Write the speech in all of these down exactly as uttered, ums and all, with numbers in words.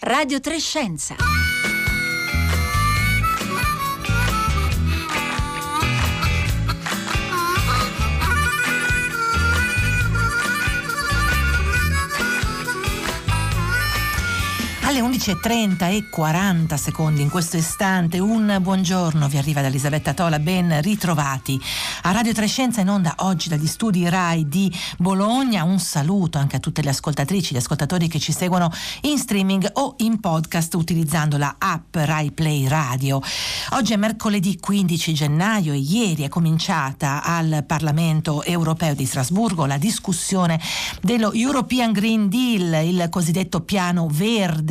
Radio tre Scienza. Alle undici e trenta e quaranta secondi in questo istante un buongiorno vi arriva da Elisabetta Tola, ben ritrovati a Radio tre Scienza in onda oggi dagli studi RAI di Bologna. Un saluto anche a tutte le ascoltatrici, gli ascoltatori che ci seguono in streaming o in podcast utilizzando la app Rai Play Radio. Oggi è mercoledì quindici gennaio e ieri è cominciata al Parlamento Europeo di Strasburgo la discussione dello European Green Deal, il cosiddetto piano verde,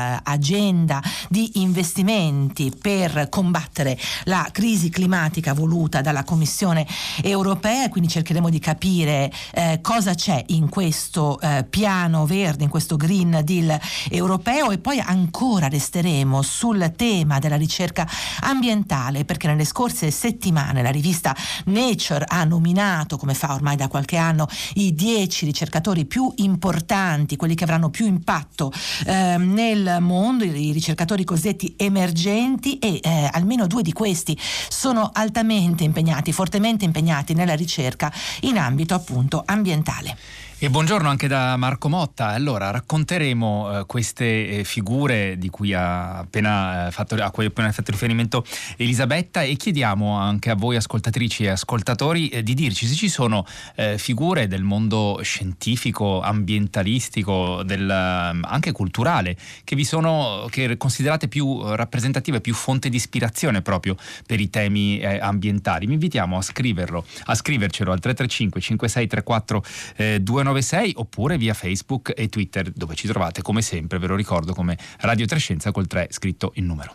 l'agenda di investimenti per combattere la crisi climatica voluta dalla Commissione europea. Quindi cercheremo di capire eh, cosa c'è in questo eh, piano verde, in questo Green Deal europeo, e poi ancora resteremo sul tema della ricerca ambientale, perché nelle scorse settimane la rivista Nature ha nominato, come fa ormai da qualche anno, i dieci ricercatori più importanti, quelli che avranno più impatto eh, nel mondo, i ricercatori cosiddetti emergenti, e eh, almeno due di questi sono altamente impegnati, fortemente impegnati nella ricerca in ambito appunto ambientale. E buongiorno anche da Marco Motta. Allora racconteremo eh, queste eh, figure di cui ha appena eh, fatto, a cui ha appena fatto riferimento Elisabetta, e chiediamo anche a voi ascoltatrici e ascoltatori eh, di dirci se ci sono eh, figure del mondo scientifico, ambientalistico, del, anche culturale, che vi sono, che considerate più rappresentative, più fonte di ispirazione proprio per i temi eh, ambientali. Vi invitiamo a scriverlo, a scrivercelo al tre tre cinque cinque sei tre quattro due nove sei oppure via Facebook e Twitter, dove ci trovate come sempre, ve lo ricordo, come Radio tre Scienza col tre scritto in numero.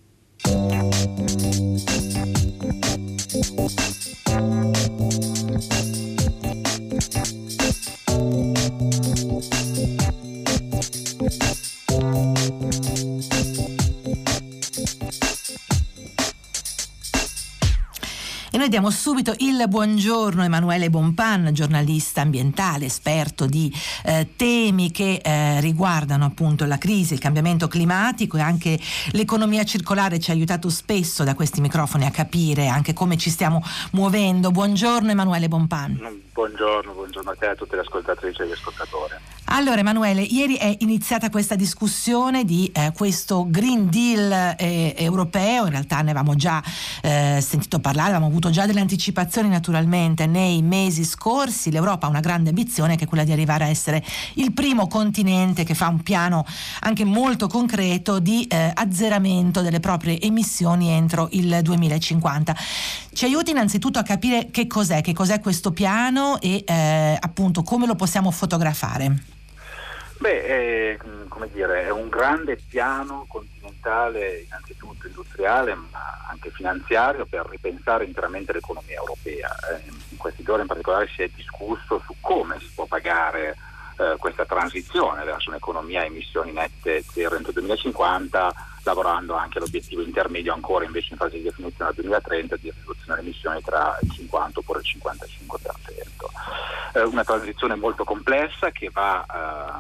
E noi diamo subito il buongiorno a Emanuele Bonpan, giornalista ambientale, esperto di eh, temi che eh, riguardano appunto la crisi, il cambiamento climatico, e anche l'economia circolare. Ci ha aiutato spesso da questi microfoni a capire anche come ci stiamo muovendo. Buongiorno Emanuele Bonpan. Buongiorno, buongiorno a te e a tutte le ascoltatrici e gli ascoltatori. Allora Emanuele, ieri è iniziata questa discussione di eh, questo Green Deal eh, europeo. In realtà ne avevamo già eh, sentito parlare, avevamo avuto già delle anticipazioni naturalmente nei mesi scorsi. L'Europa ha una grande ambizione, che è quella di arrivare a essere il primo continente che fa un piano anche molto concreto di eh, azzeramento delle proprie emissioni entro il duemilacinquanta. Ci aiuti innanzitutto a capire che cos'è, che cos'è questo piano e eh, appunto come lo possiamo fotografare. Beh, è, come dire, è un grande piano continentale, innanzitutto industriale, ma anche finanziario, per ripensare interamente l'economia europea. Eh, in questi giorni in particolare si è discusso su come si può pagare eh, questa transizione verso un'economia a emissioni nette zero entro il duemilacinquanta, lavorando anche all'obiettivo intermedio, ancora invece in fase di definizione al duemilatrenta, di riduzione delle emissioni tra il cinquanta oppure il cinquantacinque per cento. Eh, una transizione molto complessa che va eh,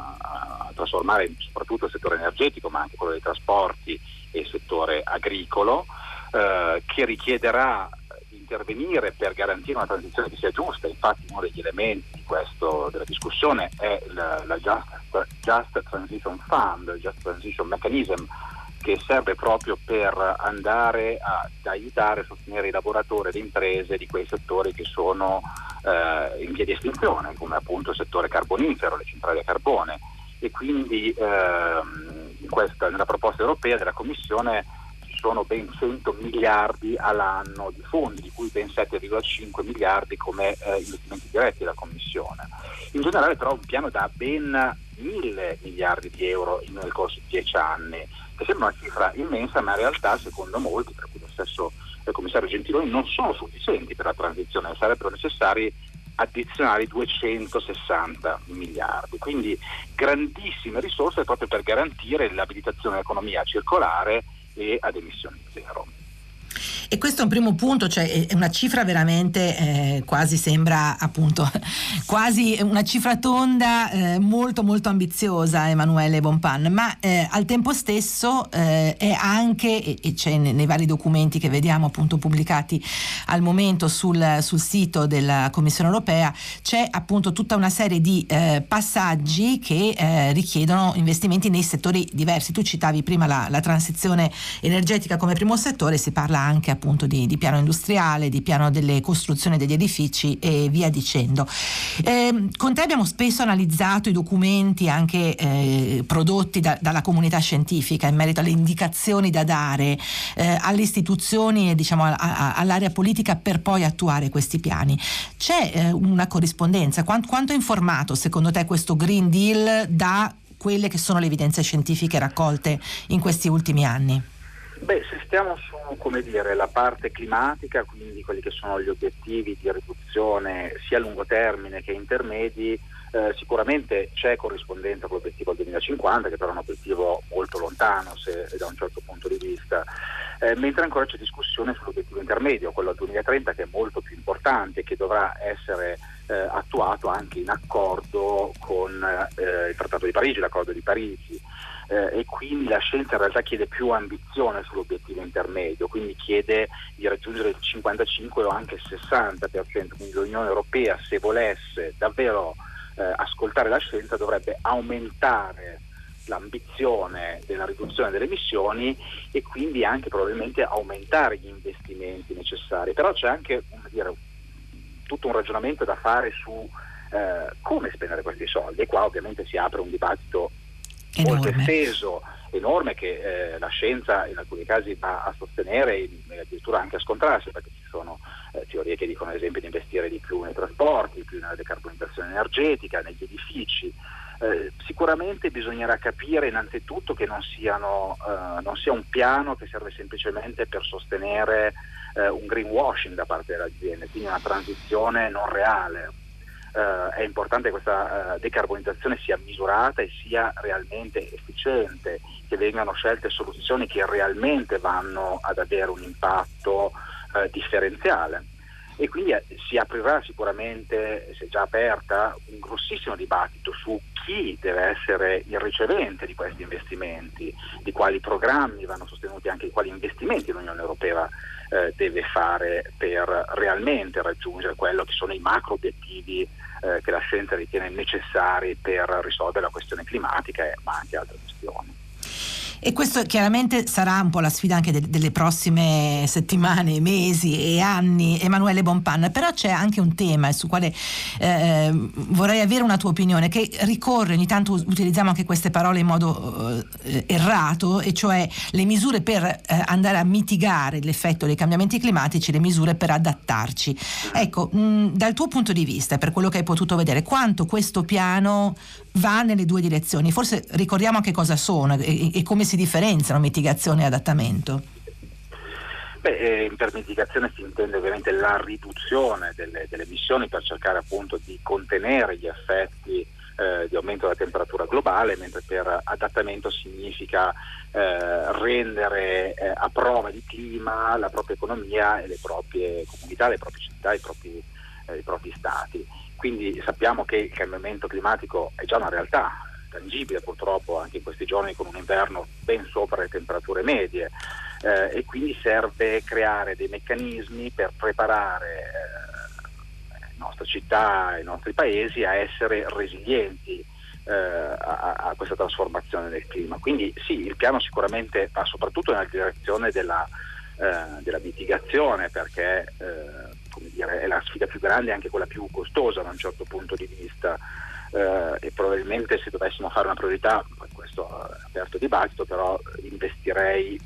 a trasformare soprattutto il settore energetico, ma anche quello dei trasporti e il settore agricolo, eh, che richiederà di intervenire per garantire una transizione che sia giusta. Infatti uno degli elementi di questo, della discussione è la, la Just, Just Transition Fund, Just Transition Mechanism, che serve proprio per andare a, ad aiutare e sostenere i lavoratori e le imprese di quei settori che sono eh, in via di estinzione, come appunto il settore carbonifero, le centrali a carbone. E quindi ehm, in questa, nella proposta europea della Commissione ci sono ben cento miliardi all'anno di fondi, di cui ben sette virgola cinque miliardi come eh, investimenti diretti della Commissione. In generale però un piano da ben mille miliardi di euro in, nel corso di dieci anni, che sembra una cifra immensa, ma in realtà secondo molti, tra cui lo stesso il commissario Gentiloni, non sono sufficienti per la transizione, sarebbero necessari addizionali duecentosessanta miliardi, quindi grandissime risorse proprio per garantire l'abilitazione dell'economia circolare e ad emissioni zero. E questo è un primo punto, cioè è una cifra veramente eh, quasi sembra appunto quasi una cifra tonda, eh, molto molto ambiziosa, Emanuele Bonpan, ma eh, al tempo stesso eh, è anche, e, e c'è nei, nei vari documenti che vediamo appunto pubblicati al momento sul, sul sito della Commissione europea, c'è appunto tutta una serie di eh, passaggi che eh, richiedono investimenti nei settori diversi. Tu citavi prima la, la transizione energetica come primo settore, si parla anche appunto di, di piano industriale, di piano delle costruzioni degli edifici e via dicendo. Eh, con te abbiamo spesso analizzato i documenti anche eh, prodotti da, dalla comunità scientifica in merito alle indicazioni da dare eh, alle istituzioni e diciamo a, a, all'area politica per poi attuare questi piani. C'è eh, una corrispondenza? Quanto, quanto è informato secondo te questo Green Deal da quelle che sono le evidenze scientifiche raccolte in questi ultimi anni? Beh, se stiamo su, come dire, la parte climatica, quindi quelli che sono gli obiettivi di riduzione sia a lungo termine che intermedi, eh, sicuramente c'è corrispondenza con l'obiettivo al duemilacinquanta, che però è un obiettivo molto lontano se da un certo punto di vista, eh, mentre ancora c'è discussione sull'obiettivo intermedio, quello al duemilatrenta, che è molto più importante, che dovrà essere eh, attuato anche in accordo con eh, il Trattato di Parigi, l'accordo di Parigi. Eh, e quindi la scienza in realtà chiede più ambizione sull'obiettivo intermedio, quindi chiede di raggiungere il cinquantacinque o anche il sessanta per cento, quindi l'Unione Europea, se volesse davvero eh, ascoltare la scienza, dovrebbe aumentare l'ambizione della riduzione delle emissioni e quindi anche probabilmente aumentare gli investimenti necessari. Però c'è anche, come dire, tutto un ragionamento da fare su eh, come spendere questi soldi, e qua ovviamente si apre un dibattito molto esteso, enorme, che eh, la scienza in alcuni casi va a sostenere e addirittura anche a scontrarsi, perché ci sono eh, teorie che dicono ad esempio di investire di più nei trasporti, di più nella decarbonizzazione energetica, negli edifici. Eh, sicuramente bisognerà capire innanzitutto che non, siano, eh, non sia un piano che serve semplicemente per sostenere eh, un greenwashing da parte delle aziende, quindi una transizione non reale. Uh, è importante che questa uh, decarbonizzazione sia misurata e sia realmente efficiente, che vengano scelte soluzioni che realmente vanno ad avere un impatto uh, differenziale. E quindi eh, si aprirà sicuramente, si è già aperta, un grossissimo dibattito su chi deve essere il ricevente di questi investimenti, di quali programmi vanno sostenuti, anche di quali investimenti l'Unione Europea eh, deve fare per realmente raggiungere quello che sono i macro obiettivi eh, che la scienza ritiene necessari per risolvere la questione climatica, eh, ma anche altre questioni. E questo chiaramente sarà un po' la sfida anche de- delle prossime settimane, mesi e anni, Emanuele Bonpan. Però c'è anche un tema su quale eh, vorrei avere una tua opinione, che ricorre, ogni tanto utilizziamo anche queste parole in modo eh, errato, e cioè le misure per eh, andare a mitigare l'effetto dei cambiamenti climatici, le misure per adattarci. Ecco, mh, dal tuo punto di vista, per quello che hai potuto vedere, quanto questo piano va nelle due direzioni? Forse ricordiamo anche cosa sono e, e come si differenziano mitigazione e adattamento. Beh, per mitigazione si intende ovviamente la riduzione delle, delle emissioni per cercare appunto di contenere gli effetti eh, di aumento della temperatura globale, mentre per adattamento significa eh, rendere eh, a prova di clima la propria economia e le proprie comunità, le proprie città, i propri, eh, i propri stati. Quindi sappiamo che il cambiamento climatico è già una realtà tangibile, purtroppo anche in questi giorni, con un inverno ben sopra le temperature medie, eh, e quindi serve creare dei meccanismi per preparare eh, le nostre città, i nostri paesi a essere resilienti eh, a, a questa trasformazione del clima. Quindi sì, il piano sicuramente va soprattutto nella direzione della, eh, della mitigazione, perché eh, come dire, è la sfida più grande e anche quella più costosa da un certo punto di vista, eh, e probabilmente se dovessimo fare una priorità, questo è aperto dibattito, però investirei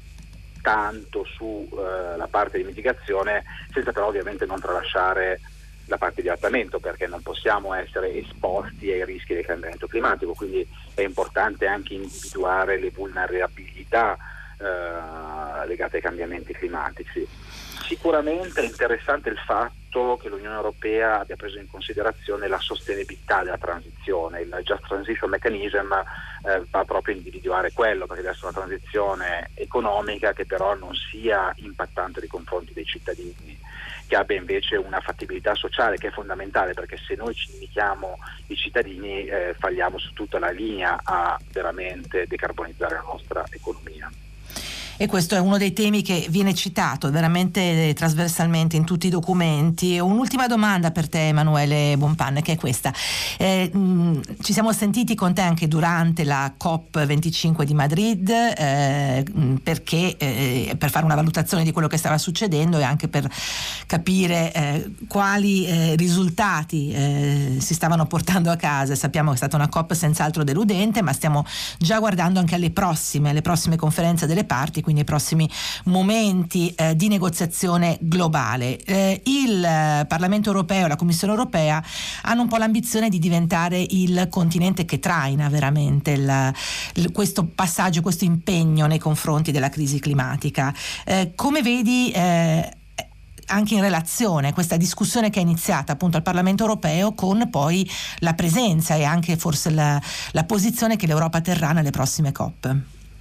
tanto sulla eh, parte di mitigazione, senza però ovviamente non tralasciare la parte di adattamento, perché non possiamo essere esposti ai rischi del cambiamento climatico, quindi è importante anche individuare le vulnerabilità eh, legate ai cambiamenti climatici. Sicuramente è interessante il fatto giusto che l'Unione Europea abbia preso in considerazione la sostenibilità della transizione. Il Just Transition Mechanism eh, va proprio a individuare quello, perché deve essere una transizione economica che però non sia impattante nei confronti dei cittadini, che abbia invece una fattibilità sociale che è fondamentale, perché se noi ci limitiamo i cittadini eh, falliamo su tutta la linea a veramente decarbonizzare la nostra economia. E questo è uno dei temi che viene citato veramente trasversalmente in tutti i documenti. Un'ultima domanda per te, Emanuele Bonpan, che è questa. Eh, mh, ci siamo sentiti con te anche durante la COP venticinque di Madrid, eh, perché eh, per fare una valutazione di quello che stava succedendo e anche per capire eh, quali eh, risultati eh, si stavano portando a casa. Sappiamo che è stata una COP senz'altro deludente, ma stiamo già guardando anche alle prossime, alle prossime conferenze delle parti, quindi i prossimi momenti eh, di negoziazione globale. Eh, il eh, Parlamento europeo e la Commissione europea hanno un po' l'ambizione di diventare il continente che traina veramente il, il, questo passaggio, questo impegno nei confronti della crisi climatica. Eh, come vedi eh, anche in relazione a questa discussione che è iniziata appunto al Parlamento europeo, con poi la presenza e anche forse la, la posizione che l'Europa terrà nelle prossime COP?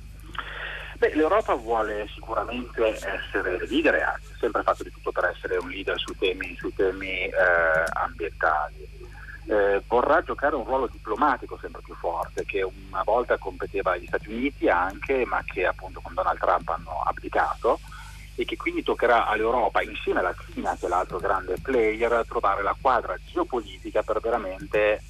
Beh, l'Europa vuole sicuramente essere leader e ha sempre fatto di tutto per essere un leader sui temi, sui temi eh, ambientali. Eh, vorrà giocare un ruolo diplomatico sempre più forte, che una volta competeva agli Stati Uniti anche, ma che appunto con Donald Trump hanno abdicato, e che quindi toccherà all'Europa, insieme alla Cina, che è l'altro grande player, trovare la quadra geopolitica per veramente eh,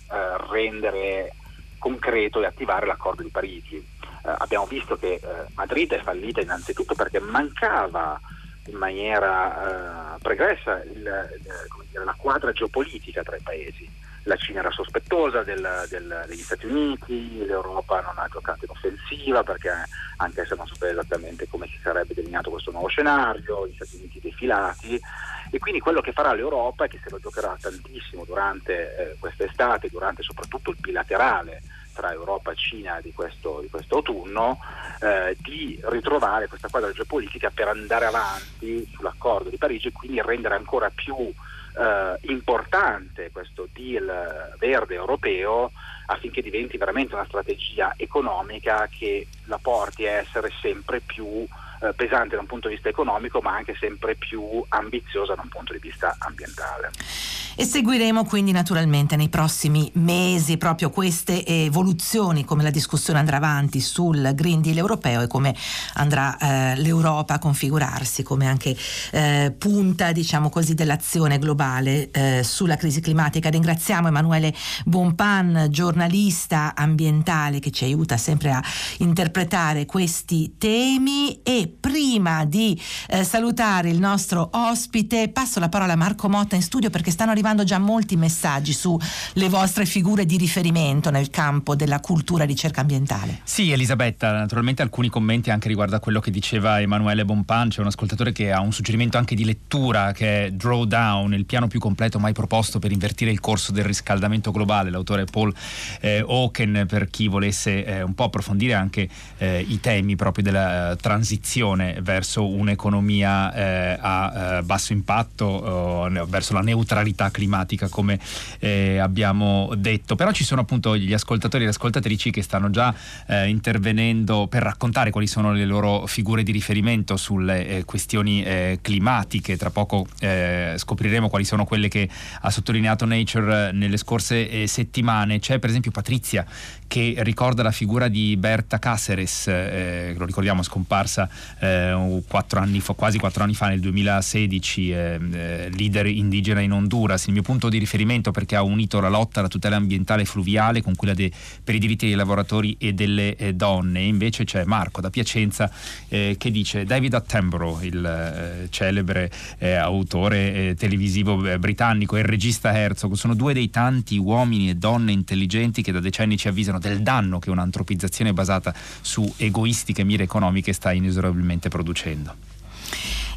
rendere concreto e attivare l'accordo di Parigi. Eh, abbiamo visto che eh, Madrid è fallita innanzitutto perché mancava in maniera eh, pregressa il, il, come dire, la quadra geopolitica tra i paesi. La Cina era sospettosa del, del, degli Stati Uniti, l'Europa non ha giocato in offensiva perché anche se non sapeva esattamente come si sarebbe delineato questo nuovo scenario, gli Stati Uniti defilati, e quindi quello che farà l'Europa è che se lo giocherà tantissimo durante eh, quest'estate, durante soprattutto il bilaterale tra Europa e Cina di questo, di questo autunno, eh, di ritrovare questa quadra geopolitica per andare avanti sull'accordo di Parigi e quindi rendere ancora più eh, importante questo deal verde europeo, affinché diventi veramente una strategia economica che la porti a essere sempre più eh, pesante da un punto di vista economico, ma anche sempre più ambiziosa da un punto di vista ambientale. E seguiremo quindi naturalmente nei prossimi mesi proprio queste evoluzioni, come la discussione andrà avanti sul Green Deal europeo e come andrà eh, l'Europa a configurarsi come anche eh, punta, diciamo così, dell'azione globale eh, sulla crisi climatica. Ringraziamo Emanuele Bonpan, giornalista ambientale, che ci aiuta sempre a interpretare questi temi. E prima di eh, salutare il nostro ospite, passo la parola a Marco Motta in studio, perché stanno arrivando già molti messaggi sulle vostre figure di riferimento nel campo della cultura e ricerca ambientale. Sì, Elisabetta, naturalmente alcuni commenti anche riguardo a quello che diceva Emanuele Bonpan. C'è un ascoltatore che ha un suggerimento anche di lettura, che è Drawdown, il piano più completo mai proposto per invertire il corso del riscaldamento globale. L'autore è Paul eh, Hawken, per chi volesse eh, un po' approfondire anche eh, i temi proprio della eh, transizione verso un'economia eh, a eh, basso impatto, eh, verso la neutralità climatica, come eh, abbiamo detto. Però ci sono appunto gli ascoltatori e le ascoltatrici che stanno già eh, intervenendo per raccontare quali sono le loro figure di riferimento sulle eh, questioni eh, climatiche. Tra poco eh, scopriremo quali sono quelle che ha sottolineato Nature nelle scorse eh, settimane. C'è per esempio Patrizia che ricorda la figura di Berta Cáceres, eh, lo ricordiamo, scomparsa eh, quattro anni fa, quasi quattro anni fa, nel duemilasedici, eh, eh, leader indigena in Honduras. Il mio punto di riferimento, perché ha unito la lotta alla tutela ambientale e fluviale con quella de, per i diritti dei lavoratori e delle eh, donne. E invece c'è Marco da Piacenza eh, che dice: David Attenborough, il eh, celebre eh, autore eh, televisivo eh, britannico, e il regista Herzog sono due dei tanti uomini e donne intelligenti che da decenni ci avvisano del danno che un'antropizzazione basata su egoistiche mire economiche sta inesorabilmente producendo.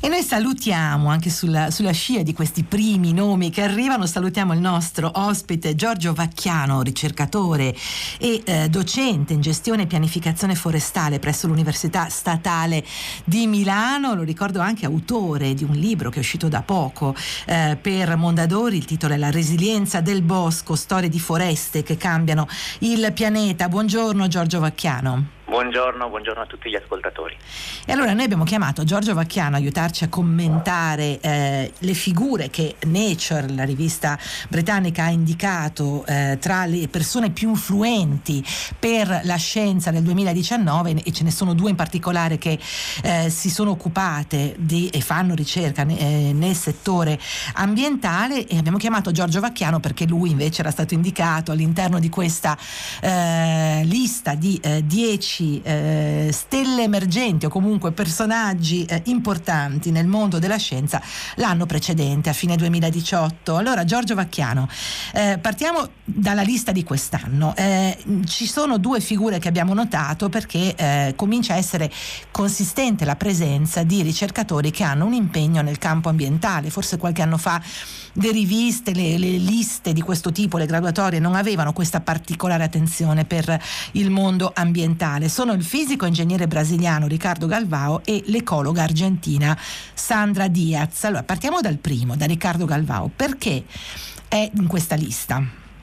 E noi salutiamo, anche sulla, sulla scia di questi primi nomi che arrivano, salutiamo il nostro ospite Giorgio Vacchiano, ricercatore e eh, docente in gestione e pianificazione forestale presso l'Università Statale di Milano. Lo ricordo anche autore di un libro che è uscito da poco eh, per Mondadori, il titolo è La resilienza del bosco, storie di foreste che cambiano il pianeta. Buongiorno Giorgio Vacchiano. Buongiorno, buongiorno a tutti gli ascoltatori. E allora noi abbiamo chiamato Giorgio Vacchiano a aiutarci a commentare eh, le figure che Nature, la rivista britannica, ha indicato eh, tra le persone più influenti per la scienza nel duemiladiciannove, e ce ne sono due in particolare che eh, si sono occupate di, e fanno ricerca eh, nel settore ambientale, e abbiamo chiamato Giorgio Vacchiano perché lui invece era stato indicato all'interno di questa eh, lista di eh, dieci Eh, stelle emergenti o comunque personaggi eh, importanti nel mondo della scienza l'anno precedente, a fine duemiladiciotto. Allora Giorgio Vacchiano, eh, partiamo dalla lista di quest'anno. Eh, ci sono due figure che abbiamo notato perché eh, comincia a essere consistente la presenza di ricercatori che hanno un impegno nel campo ambientale. Forse qualche anno fa le riviste, le, le liste di questo tipo, le graduatorie, non avevano questa particolare attenzione per il mondo ambientale. Sono il fisico ingegnere brasiliano Ricardo Galvao e l'ecologa argentina Sandra Diaz. Allora partiamo dal primo, da Ricardo Galvao. Perché è in questa lista?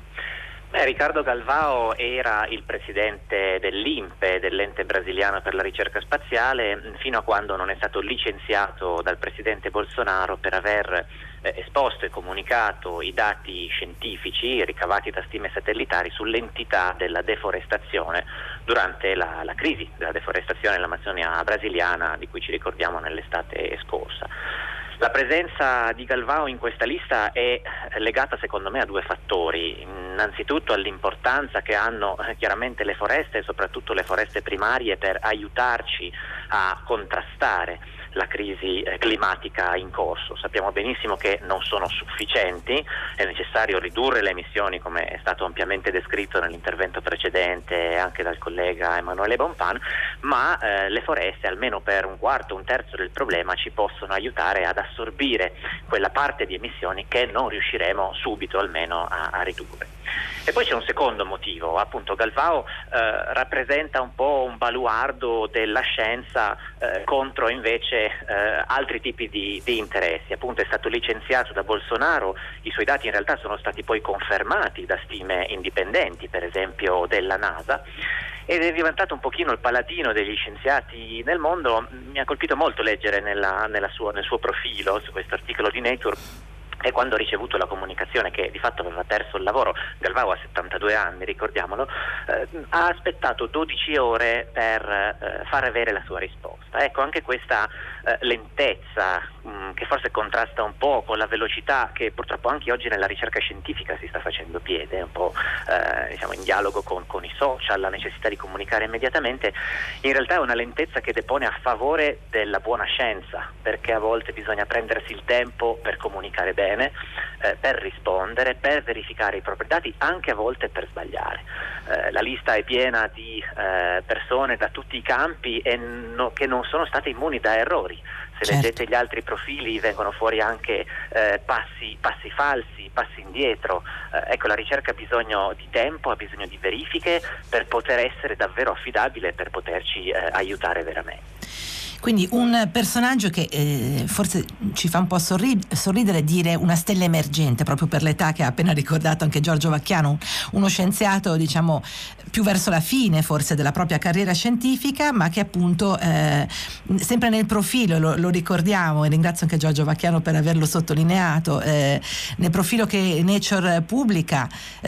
Beh, Ricardo Galvao era il presidente dell'I N P E, dell'ente brasiliano per la ricerca spaziale, fino a quando non è stato licenziato dal presidente Bolsonaro per aver eh, esposto e comunicato i dati scientifici ricavati da stime satellitari sull'entità della deforestazione durante la, la crisi della deforestazione nell'Amazzonia brasiliana, di cui ci ricordiamo nell'estate scorsa. La presenza di Galvao in questa lista è legata secondo me a due fattori. Innanzitutto all'importanza che hanno eh, chiaramente le foreste e soprattutto le foreste primarie per aiutarci a contrastare la crisi eh, climatica in corso. Sappiamo benissimo che non sono sufficienti, è necessario ridurre le emissioni, come è stato ampiamente descritto nell'intervento precedente anche dal collega Emanuele Bonpan, ma eh, le foreste almeno per un quarto, un terzo del problema ci possono aiutare ad assorbire quella parte di emissioni che non riusciremo subito almeno a, a ridurre. E poi c'è un secondo motivo, appunto Galvao eh, rappresenta un po' un baluardo della scienza eh, contro invece eh, altri tipi di, di interessi. Appunto è stato licenziato da Bolsonaro, i suoi dati in realtà sono stati poi confermati da stime indipendenti, per esempio della NASA, ed è diventato un pochino il paladino degli scienziati nel mondo. Mi ha colpito molto leggere nella, nella suo, nel suo profilo, su questo articolo di Nature, e quando ha ricevuto la comunicazione che di fatto aveva perso il lavoro, Galvao ha settantadue anni, ricordiamolo, eh, ha aspettato dodici ore per eh, far avere la sua risposta. Ecco, anche questa eh, lentezza mh, che forse contrasta un po' con la velocità che purtroppo anche oggi nella ricerca scientifica si sta facendo piede, un po' eh, diciamo in dialogo con, con i social, la necessità di comunicare immediatamente, in realtà è una lentezza che depone a favore della buona scienza, perché a volte bisogna prendersi il tempo per comunicare bene, Eh, per rispondere, per verificare i propri dati, anche a volte per sbagliare. Eh, la lista è piena di eh, persone da tutti i campi e no, che non sono state immuni da errori. Se certo. leggete gli altri profili vengono fuori anche eh, passi, passi falsi, passi indietro. Eh, ecco, la ricerca ha bisogno di tempo, ha bisogno di verifiche per poter essere davvero affidabile, per poterci eh, aiutare veramente. Quindi un personaggio che eh, forse ci fa un po' sorrid- sorridere dire una stella emergente, proprio per l'età che ha appena ricordato anche Giorgio Vacchiano, uno scienziato diciamo più verso la fine forse della propria carriera scientifica, ma che appunto eh, sempre nel profilo, lo, lo ricordiamo, e ringrazio anche Giorgio Vacchiano per averlo sottolineato, eh, nel profilo che Nature pubblica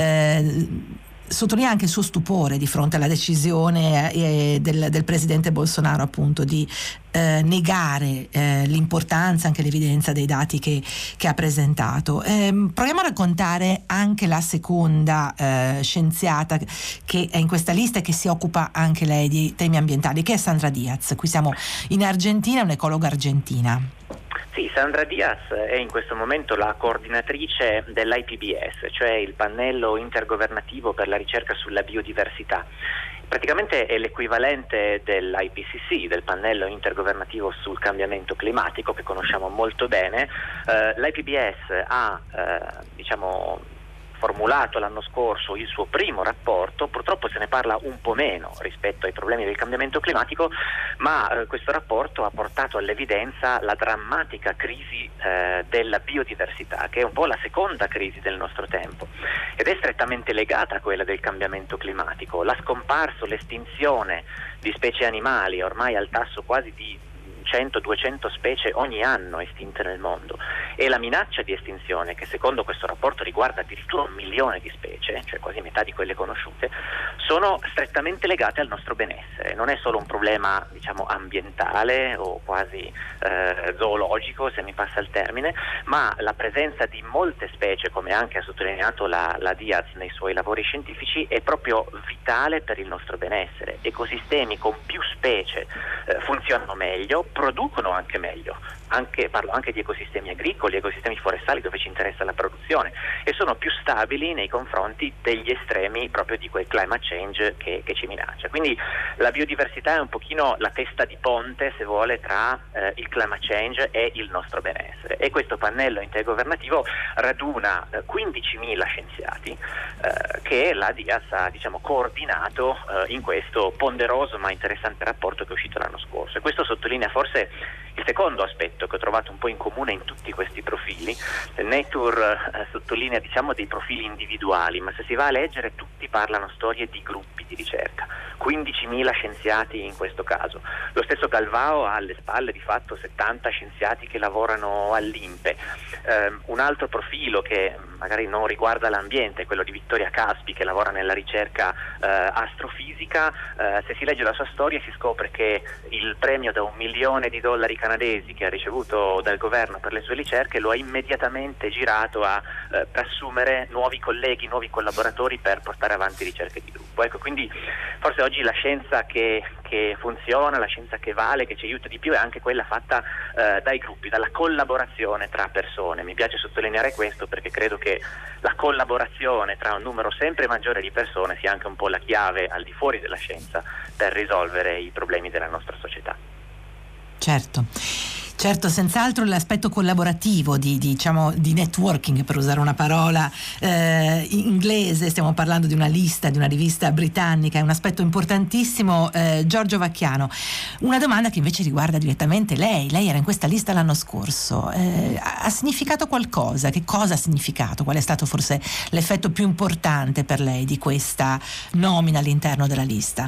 eh, sottolinea anche il suo stupore di fronte alla decisione eh, del, del presidente Bolsonaro appunto di eh, negare eh, l'importanza, anche l'evidenza dei dati che, che ha presentato. Eh, proviamo a raccontare anche la seconda eh, scienziata che è in questa lista e che si occupa anche lei di temi ambientali, che è Sandra Diaz. Qui siamo in Argentina, un'ecologa argentina. Sì, Sandra Diaz è in questo momento la coordinatrice dell'I P B E S, cioè il pannello intergovernativo per la ricerca sulla biodiversità, Praticamente è l'equivalente dell'I P C C, del pannello intergovernativo sul cambiamento climatico, che conosciamo molto bene. Eh, L'I P B S ha eh, diciamo formulato l'anno scorso il suo primo rapporto, purtroppo se ne parla un po' meno rispetto ai problemi del cambiamento climatico, ma eh, questo rapporto ha portato all'evidenza la drammatica crisi eh, della biodiversità, che è un po' la seconda crisi del nostro tempo ed è strettamente legata a quella del cambiamento climatico. La scomparsa, l'estinzione di specie animali, ormai al tasso quasi di cento duecento specie ogni anno estinte nel mondo, e la minaccia di estinzione, che secondo questo rapporto riguarda addirittura un milione di specie, cioè quasi metà di quelle conosciute, sono strettamente legate al nostro benessere. Non è solo un problema, diciamo, ambientale o quasi eh, zoologico, se mi passa il termine, ma la presenza di molte specie, come anche ha sottolineato la, la Diaz nei suoi lavori scientifici, è proprio vitale per il nostro benessere. Ecosistemi con più specie eh, funzionano meglio, producono anche meglio, anche, parlo anche di ecosistemi agricoli, ecosistemi forestali dove ci interessa la produzione, e sono più stabili nei confronti degli estremi proprio di quel climate change che, che ci minaccia. Quindi la biodiversità è un pochino la testa di ponte, se vuole, tra eh, il climate change e il nostro benessere, e questo pannello intergovernativo raduna eh, quindicimila scienziati eh, che la Diaz ha, diciamo, coordinato eh, in questo ponderoso ma interessante rapporto che è uscito l'anno scorso, e questo sottolinea forse il secondo aspetto che ho trovato un po' in comune in tutti questi profili. Nature eh, sottolinea, diciamo, dei profili individuali, ma se si va a leggere tutti parlano storie di gruppi di ricerca, quindicimila scienziati in questo caso. Lo stesso Galvao ha alle spalle di fatto settanta scienziati che lavorano all'Impe. Eh, un altro profilo che magari non riguarda l'ambiente è quello di Vittoria Caspi, che lavora nella ricerca eh, astrofisica. Eh, se si legge la sua storia si scopre che il premio da un milione di dollari canadesi che ha ricevuto dal governo per le sue ricerche lo ha immediatamente girato a eh, assumere nuovi colleghi, nuovi collaboratori per portare avanti ricerche di gruppo. Ecco, quindi forse oggi la scienza che, che funziona, la scienza che vale, che ci aiuta di più, è anche quella fatta eh, dai gruppi, dalla collaborazione tra persone. Mi piace sottolineare questo perché credo che la collaborazione tra un numero sempre maggiore di persone sia anche un po' la chiave al di fuori della scienza per risolvere i problemi della nostra società. Certo. Certo, senz'altro l'aspetto collaborativo di, di, diciamo, di networking, per usare una parola eh, inglese, stiamo parlando di una lista, di una rivista britannica, è un aspetto importantissimo. eh, Giorgio Vacchiano, una domanda che invece riguarda direttamente lei, lei era in questa lista l'anno scorso, eh, ha significato qualcosa? Che cosa ha significato? Qual è stato forse l'effetto più importante per lei di questa nomina all'interno della lista?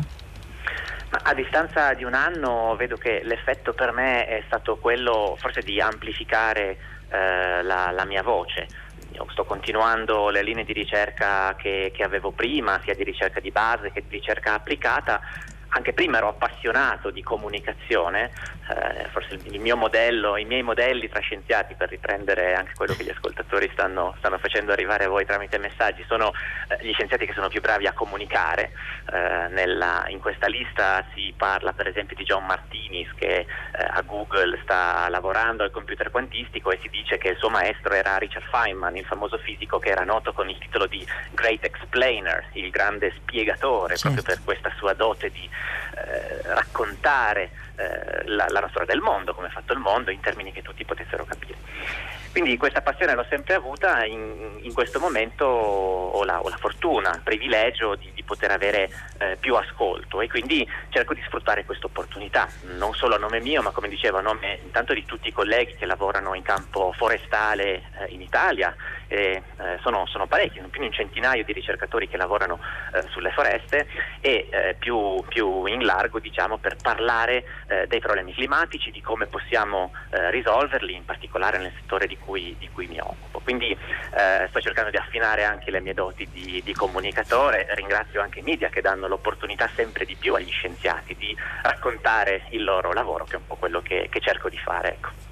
A distanza di un anno vedo che l'effetto per me è stato quello forse di amplificare eh, la, la mia voce. Io sto continuando le linee di ricerca che, che avevo prima, sia di ricerca di base che di ricerca applicata. Anche prima ero appassionato di comunicazione, eh, forse il, il mio modello, i miei modelli tra scienziati, per riprendere anche quello che gli ascoltatori stanno, stanno facendo arrivare a voi tramite messaggi, sono eh, gli scienziati che sono più bravi a comunicare. Eh, nella, in questa lista si parla per esempio di John Martinis, che eh, a Google sta lavorando al computer quantistico, e si dice che il suo maestro era Richard Feynman, il famoso fisico che era noto con il titolo di Great Explainer, il grande spiegatore, certo, proprio per questa sua dote di Eh, raccontare eh, la, la storia del mondo, come è fatto il mondo, in termini che tutti potessero capire. Quindi questa passione l'ho sempre avuta. In, in questo momento ho la, ho la fortuna, il privilegio di, di poter avere eh, più ascolto, e quindi cerco di sfruttare questa opportunità, non solo a nome mio, ma come dicevo a nome intanto di tutti i colleghi che lavorano in campo forestale eh, in Italia. E, eh, sono, sono parecchi, sono più di un centinaio di ricercatori che lavorano eh, sulle foreste, e eh, più, più in largo, diciamo, per parlare eh, dei problemi climatici, di come possiamo eh, risolverli, in particolare nel settore di cui, di cui mi occupo. Quindi eh, sto cercando di affinare anche le mie doti di, di comunicatore. Ringrazio anche i media che danno l'opportunità sempre di più agli scienziati di raccontare il loro lavoro, che è un po' quello che, che cerco di fare, ecco.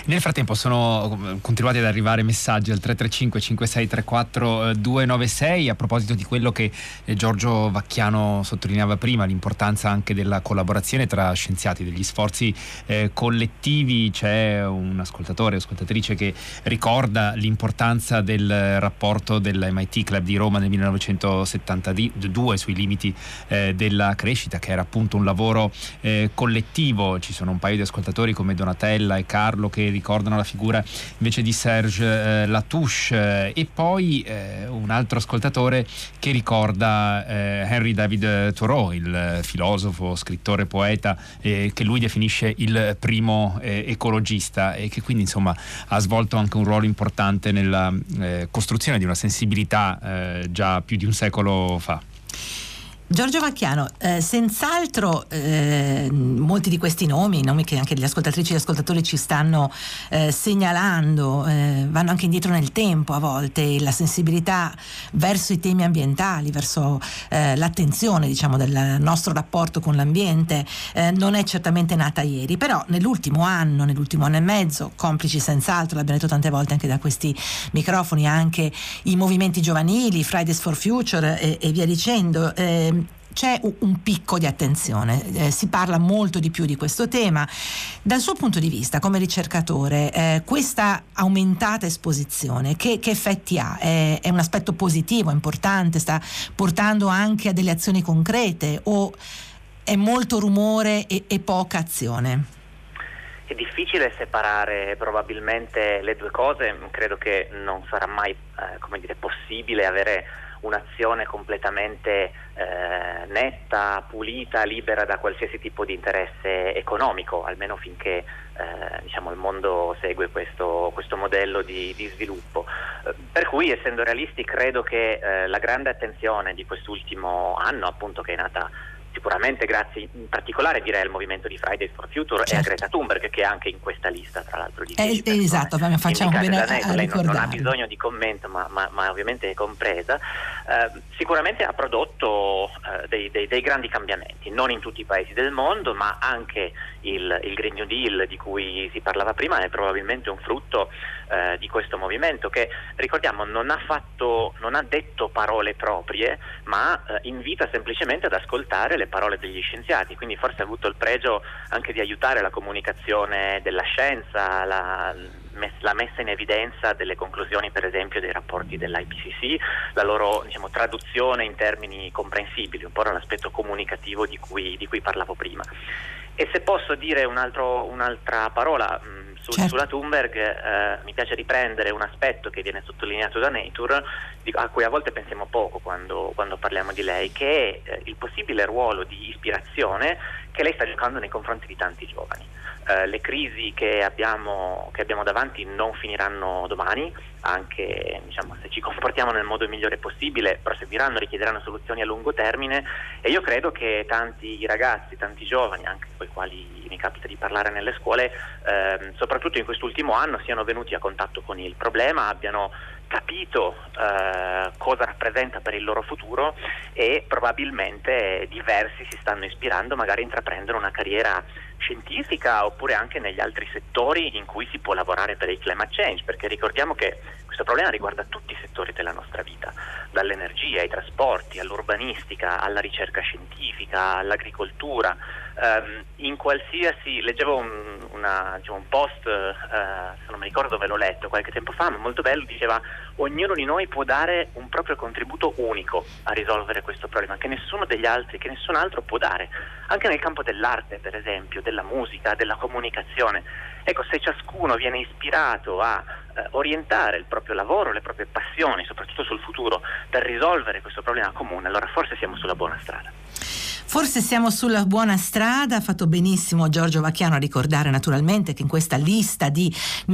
Nel frattempo sono continuati ad arrivare messaggi al tre tre cinque cinque sei tre quattro due nove sei a proposito di quello che Giorgio Vacchiano sottolineava prima, l'importanza anche della collaborazione tra scienziati, degli sforzi eh, collettivi. C'è un ascoltatore o ascoltatrice che ricorda l'importanza del rapporto dell'M I T Club di Roma nel millenovecentosettantadue sui limiti eh, della crescita, che era appunto un lavoro eh, collettivo. Ci sono un paio di ascoltatori come Donatella e Carlo che ricordano la figura invece di Serge eh, Latouche, eh, e poi eh, un altro ascoltatore che ricorda eh, Henry David Thoreau, il filosofo, scrittore, poeta, eh, che lui definisce il primo eh, ecologista, e che quindi insomma ha svolto anche un ruolo importante nella eh, costruzione di una sensibilità eh, già più di un secolo fa. Giorgio Vacchiano, eh, senz'altro eh, molti di questi nomi, nomi che anche gli ascoltatrici e gli ascoltatori ci stanno eh, segnalando, eh, vanno anche indietro nel tempo a volte. La sensibilità verso i temi ambientali, verso eh, l'attenzione, diciamo, del nostro rapporto con l'ambiente eh, non è certamente nata ieri, però nell'ultimo anno, nell'ultimo anno e mezzo, complici senz'altro, l'abbiamo detto tante volte anche da questi microfoni, anche i movimenti giovanili, Fridays for Future e, e via dicendo, eh, c'è un picco di attenzione, eh, si parla molto di più di questo tema. Dal suo punto di vista come ricercatore, eh, questa aumentata esposizione che, che effetti ha? È, è un aspetto positivo, importante, sta portando anche a delle azioni concrete, o è molto rumore e, e poca azione? È difficile separare probabilmente le due cose. Credo che non sarà mai eh, come dire, possibile avere un'azione completamente eh, netta, pulita, libera da qualsiasi tipo di interesse economico, almeno finché eh, diciamo, il mondo segue questo, questo modello di, di sviluppo. Eh, per cui, essendo realisti, credo che eh, la grande attenzione di quest'ultimo anno, appunto, che è nata sicuramente grazie in particolare, direi, al movimento di Fridays for Future, certo, e a Greta Thunberg, che è anche in questa lista, tra l'altro, di eh, esatto, facciamo bene a, a lei non, non ha bisogno di commento, ma, ma, ma ovviamente è compresa. Eh, sicuramente ha prodotto eh, dei, dei, dei grandi cambiamenti, non in tutti i paesi del mondo, ma anche il, il Green New Deal di cui si parlava prima è probabilmente un frutto eh, di questo movimento, che, ricordiamo, non ha fatto, non ha detto parole proprie, ma eh, invita semplicemente ad ascoltare le parole degli scienziati, quindi forse ha avuto il pregio anche di aiutare la comunicazione della scienza, la, la messa in evidenza delle conclusioni, per esempio, dei rapporti dell'I P C C, la loro, diciamo, traduzione in termini comprensibili, un po' nell'aspetto comunicativo di cui, di cui parlavo prima. E se posso dire un altro, un'altra parola mh, su, certo. sulla Thunberg, eh, mi piace riprendere un aspetto che viene sottolineato da Nature, di, a cui a volte pensiamo poco quando, quando parliamo di lei, che è eh, il possibile ruolo di ispirazione che lei sta giocando nei confronti di tanti giovani. Eh, le crisi che abbiamo, che abbiamo davanti non finiranno domani, anche, diciamo, se ci comportiamo nel modo migliore possibile, proseguiranno, richiederanno soluzioni a lungo termine, e io credo che tanti ragazzi, tanti giovani, anche con i quali mi capita di parlare nelle scuole, eh, soprattutto in quest'ultimo anno, siano venuti a contatto con il problema, abbiano capito eh, cosa rappresenta per il loro futuro, e probabilmente diversi si stanno ispirando magari a intraprendere una carriera scientifica, oppure anche negli altri settori in cui si può lavorare per il climate change, perché ricordiamo che questo problema riguarda tutti i settori della nostra vita, dall'energia ai trasporti, all'urbanistica, alla ricerca scientifica, all'agricoltura. Um, in qualsiasi, leggevo un, una, diciamo, un post, uh, se non mi ricordo dove l'ho letto qualche tempo fa, ma molto bello, diceva: ognuno di noi può dare un proprio contributo unico a risolvere questo problema, che nessuno degli altri, che nessun altro può dare, anche nel campo dell'arte, per esempio, della musica, della comunicazione. Ecco, se ciascuno viene ispirato a eh, orientare il proprio lavoro, le proprie passioni, soprattutto sul futuro, per risolvere questo problema comune, allora forse siamo sulla buona strada. Forse siamo sulla buona strada. Ha fatto benissimo Giorgio Vacchiano a ricordare naturalmente che in questa lista di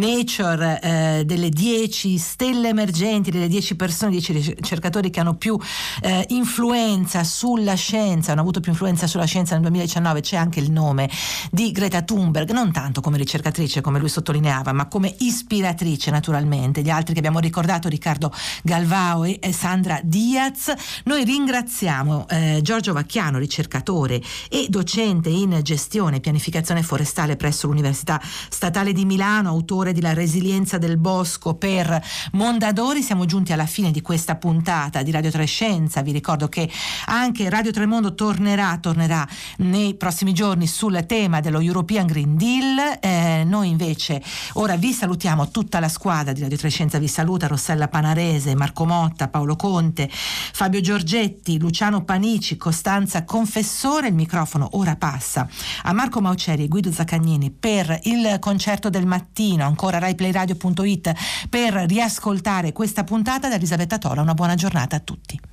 Nature eh, delle dieci stelle emergenti, delle dieci persone, dieci ricercatori che hanno più eh, influenza sulla scienza, hanno avuto più influenza sulla scienza nel duemiladiciannove, c'è anche il nome di Greta Thunberg, non tanto come ricercatrice come lui sottolineava, ma come ispiratrice naturalmente. Gli altri che abbiamo ricordato, Riccardo Galvao e Sandra Diaz. Noi ringraziamo eh, Giorgio Vacchiano, ricercatore ricercatore e docente in gestione e pianificazione forestale presso l'Università Statale di Milano, autore di La resilienza del bosco per Mondadori. Siamo giunti alla fine di questa puntata di Radio Trescenza. Vi ricordo che anche Radio Tremondo tornerà, tornerà nei prossimi giorni sul tema dello European Green Deal. Eh, noi invece ora vi salutiamo, tutta la squadra di Radio Trescenza vi saluta, Rossella Panarese, Marco Motta, Paolo Conte, Fabio Giorgetti, Luciano Panici, Costanza Confessore. Il microfono ora passa a Marco Mauceri e Guido Zaccagnini per il concerto del mattino, ancora rai play radio punto it per riascoltare questa puntata. Da Elisabetta Tola una buona giornata a tutti.